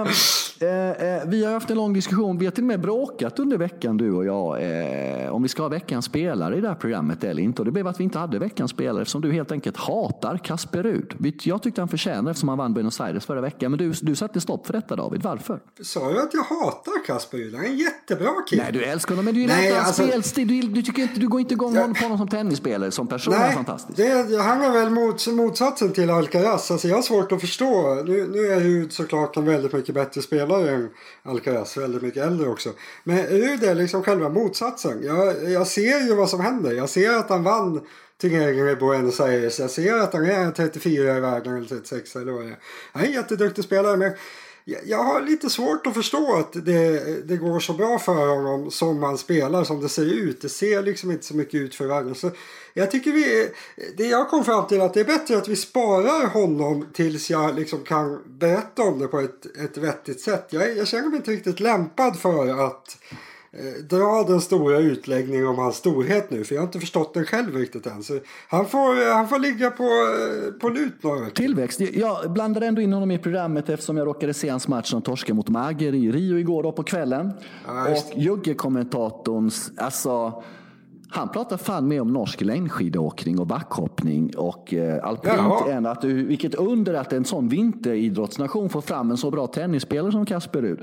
eh, vi har haft en lång diskussion. Vi har till och med bråkat under veckan du och jag eh, om vi ska ha veckans spelare i det här programmet eller inte. Och det blev att vi inte hade veckans spelare eftersom du helt enkelt hatar Casper Ruud. Jag tyckte han förtjänar eftersom han vann Buenos Aires förra veckan. Men du, du satte stopp för detta David. Varför? Sa jag att jag hatar Casper Ruud? Han är en jättebra kille. Nej, du älskar honom men du gillar inte hans spelstil. Du, du, tycker inte, du går inte igång jag... på honom som tennisspelare. Som person är fantastisk. Det, han är väl mot, motsatsen till Alcaraz. Alltså, jag har svårt att förstå. Nu, nu är Ruud såklart en väldigt mycket bättre spelare än Alcaraz, väldigt mycket äldre också. Men är det liksom själva motsatsen? Jag, jag ser ju vad som händer. Jag ser att han vann turneringen i Buenos Aires. Jag ser att han är trettiofyra i världen eller trettiosex eller vad det är. Han är en jätteduktig spelare men jag, jag har lite svårt att förstå att det, det går så bra för honom som han spelar som det ser ut. Det ser liksom inte så mycket ut för världen. Så jag tycker vi, det jag kom fram till att det är bättre att vi sparar honom tills jag liksom kan berätta om det på ett, ett vettigt sätt. Jag, jag känner mig inte riktigt lämpad för att eh, dra den stora utläggningen om hans storhet nu. För jag har inte förstått den själv riktigt än. Så han får, han får ligga på, på lut några. Tillväxt. Jag blandade ändå in honom i programmet eftersom jag råkade se hans match som torska mot Mager i Rio igår då på kvällen. Ja, och Jugge-kommentatorns, alltså... Han pratar fan med om norsk längdskidåkning och backhoppning och eh, alpint än att du, vilket under att en sån vinteridrottsnation får fram en så bra tennisspelare som Casper Ruud.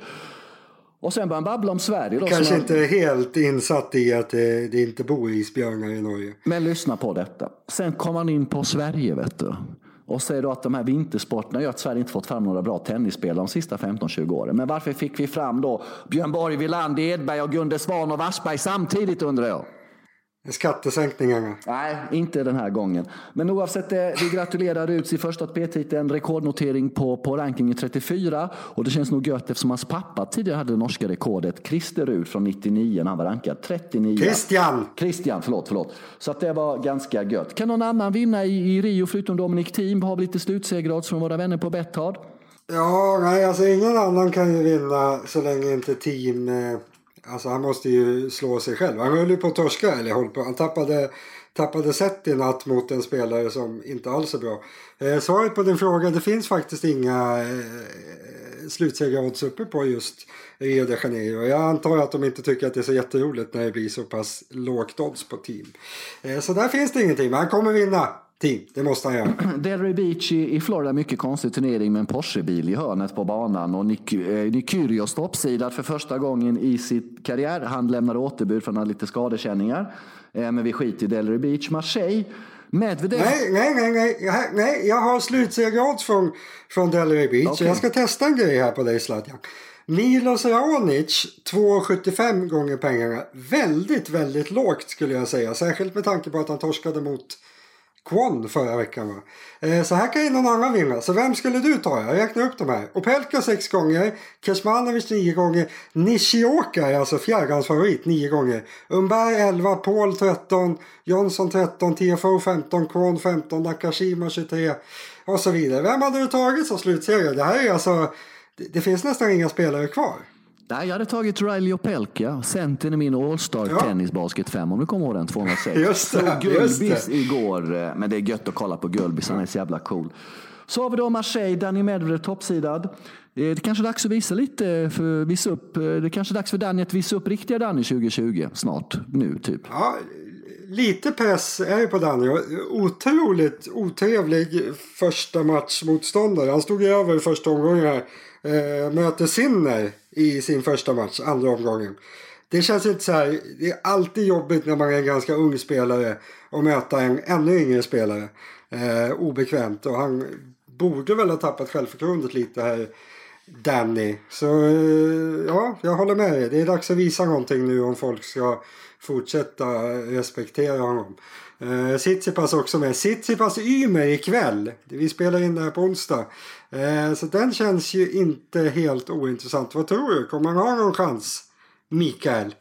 Och sen börjar han babbla om Sverige. Då, kanske han... inte helt insatt i att det, det inte bor isbjörnar i Norge. Men lyssna på detta. Sen kommer han in på Sverige vet du. Och säger då att de här vintersporterna gör att Sverige inte fått fram några bra tennisspelare de sista femton tjugo åren. Men varför fick vi fram då Björn Borg, Wilander, Edberg och Gunde Svan och Wassberg samtidigt undrar jag? Skattesänkningarna. Nej, inte den här gången. Men oavsett det, vi gratulerar ut sin första P-titeln, rekordnotering på, på rankingen trettiofyra. Och det känns nog gött eftersom hans pappa tidigare hade det norska rekordet. Christer Ruud från nittionio när han var rankad trettionio. Christian! Christian, förlåt, förlåt. Så att det var ganska gött. Kan någon annan vinna i, i Rio förutom Dominic Thiem? Har vi lite slutsegergrads från våra vänner på Betthard? Ja, nej, alltså ingen annan kan ju vinna så länge inte Thiem... Eh... Alltså han måste ju slå sig själv. Han höll ju på att torska, eller höll på. Han tappade tappade set i natt mot en spelare som inte alls är bra. Eh, svaret på din fråga, det finns faktiskt inga eh, slutsegerodds uppe på just Rio de Janeiro. Jag antar att de inte tycker att det är så jätteroligt när det blir så pass lågt odds på team. Eh, så där finns det ingenting, men han kommer vinna. Team, det måste han göra. Delray Beach i, i Florida, mycket konstig turnering med en Porsche-bil i hörnet på banan. Och Nick, eh, Nick Kyrgios toppsidad för första gången i sitt karriär. Han lämnade återbud från lite skadekänningar. Eh, men vi skiter i Delray Beach. Marseille, Medvedev. Nej, nej, nej, nej, nej, nej. Jag har slutsegerodds från, från Delray Beach. Okay. Jag ska testa en grej här på dig, Sladjan. Milos Raonic, två komma sjuttiofem gånger pengarna. Väldigt, väldigt lågt skulle jag säga. Särskilt med tanke på att han torskade mot Kwon förra veckan, va? Eh, så här kan ju någon annan vinna. Så vem skulle du ta? Jag räknar upp de här. Opelka sex gånger. Kecmanovic nio gånger. Nishioka är alltså fjärdehandsfavorit nio gånger. Umberg elva. Paul tretton. Johnson tretton. T F O femton. Kwon femton. Nakashima tjugotre. Och så vidare. Vem hade du tagit som slutserie? Det här är alltså... Det, det finns nästan inga spelare kvar. Nej, jag hade tagit Riley Opelka, centern i min All-Star ja. Tennisbasket fem, om du kommer ihåg den, tvåhundrasex. Just det, så Gulbis igår, men det är gött att kolla på Gulbis, han är så jävla cool. Så har vi då Marseille, Danny Medvedev toppsidad. Det är kanske dags att visa lite, för visa upp, det är kanske dags för Danny att visa upp riktiga Danny tjugo tjugo, snart, nu typ. Ja, lite press är ju på Danny. Otroligt otrevlig första matchmotståndare. Han stod över första omgången här. Eh, möter Sinner i sin första match, andra omgången. Det känns inte så här, det är alltid jobbigt när man är en ganska ung spelare och möta en ännu yngre spelare. Eh, obekvämt, och han borde väl ha tappat självförtroendet lite här, Danny. Så eh, ja, jag håller med dig. Det är dags att visa någonting nu om folk ska fortsätta respektera honom. Uh, Tsitsipas också med. Tsitsipas Ymer ikväll. Vi spelar in det här på onsdag. Uh, så den känns ju inte helt ointressant. Vad tror du? Kommer han ha någon chans, Mikael?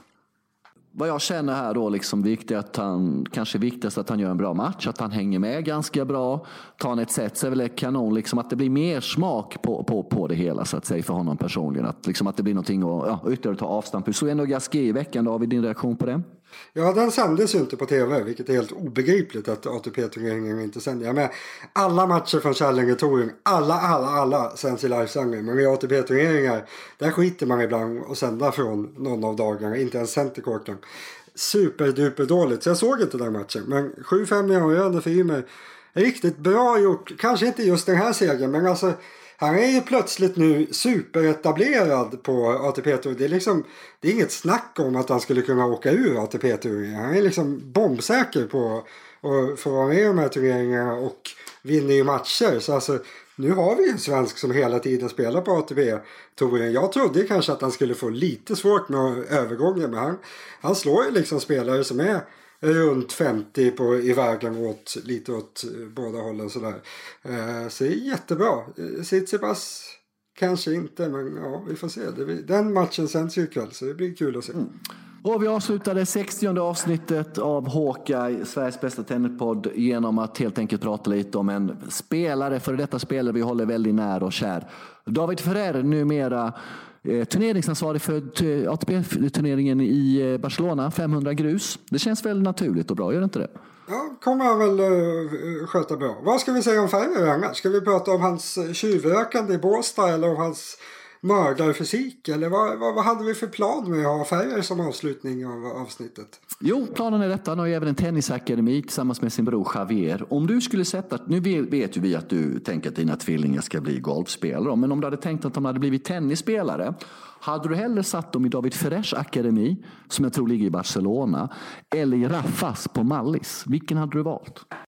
Vad jag känner här då, liksom viktigt att han, kanske viktigast att han gör en bra match, att han hänger med ganska bra, tar han ett set så är väl kanon, liksom att det blir mer smak på, på, på det hela så att säga för honom personligen, att, liksom att det blir någonting att ja, ytterligare ta avstamp. Hur såg ändå Gasquet i veckan då, har vi din reaktion på det? Ja, den sändes ju inte på tv, vilket är helt obegripligt att A T P-turneringen inte sänder. Jag menar, alla matcher från Challenger-touren, alla, alla, alla sänds i livesändning. Men vid A T P-turneringar, där skiter man ibland och sända från någon av dagarna, inte ens centerkorten. Superduper dåligt, så jag såg inte den matchen. Men sju fem i avgörande för Ymer, riktigt bra gjort. Kanske inte just den här segern, men alltså... Han är ju plötsligt nu superetablerad på A T P-touren. Det är liksom, det är inget snack om att han skulle kunna åka ur A T P-touren. Han är liksom bombsäker på att få vara med i de här turneringarna och vinner ju matcher. Så alltså, nu har vi en svensk som hela tiden spelar på A T P-touren. Jag trodde kanske att han skulle få lite svårt med övergången, men han, han slår ju liksom spelare som är runt femtio på, i vägen åt, lite åt båda hållen sådär. Eh, så det är jättebra. Tsitsipas kanske inte, men ja, vi får se. Det, den matchen sänds ju ikväll, så det blir kul att se. Mm. Och vi avslutade sextionde avsnittet av Hawkeye, Sveriges bästa tennispodd, genom att helt enkelt prata lite om en spelare, för detta spelare vi håller väldigt nära och kär. David Ferrer, numera eh, turneringsansvarig för A T P-turneringen i Barcelona, femhundra grus. Det känns väl naturligt och bra, gör det inte det? Ja, kommer han väl uh, sköta bra. Vad ska vi säga om Ferrer annars? Ska vi prata om hans tjuvrökande i Båstad eller om hans mördarfysik? Eller vad, vad, vad hade vi för plan med att ha Ferrer som avslutning av avsnittet? Jo, planen är detta. Han har ju även en tennisakademi tillsammans med sin bror Javier. Om du skulle sätta, nu vet ju vi att du tänker att dina tvillingar ska bli golfspelare, men om du hade tänkt att de hade blivit tennisspelare, hade du hellre satt dem i David Ferrers akademi, som jag tror ligger i Barcelona, eller i Raffas på Mallis? Vilken hade du valt?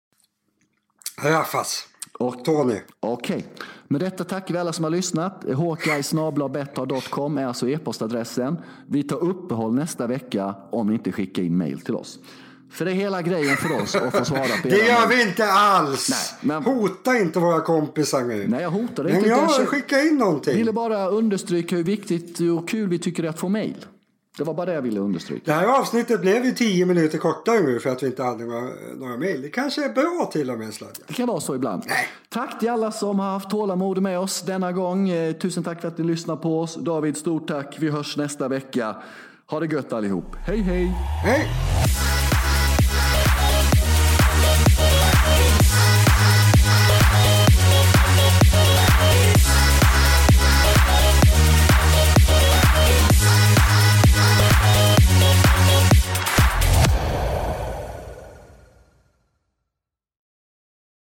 Raffas. Och Tony. Okej. Okay. Med detta tackar vi alla som har lyssnat. hawkeye snabel-a betthard punkt com är alltså e-postadressen. Vi tar uppehåll nästa vecka om ni inte skickar in mail till oss. För det är hela grejen för oss att få svara på. Det gör vi inte alls. Nej, men... Hota inte våra kompisar nu. Nej, jag hotar det inte. Men jag skickar in någonting. Jag ville bara understryka hur viktigt och kul vi tycker det är att få mail. Det var bara det jag ville understryka. Det här avsnittet blev ju tio minuter kortare nu för att vi inte hade några, några mejl. Det kanske är bra till och med, Sladja. Det kan vara så ibland. Nej. Tack till alla som har haft tålamod med oss denna gång. Tusen tack för att ni lyssnar på oss. David, stort tack. Vi hörs nästa vecka. Ha det gött allihop. Hej, hej! Hej!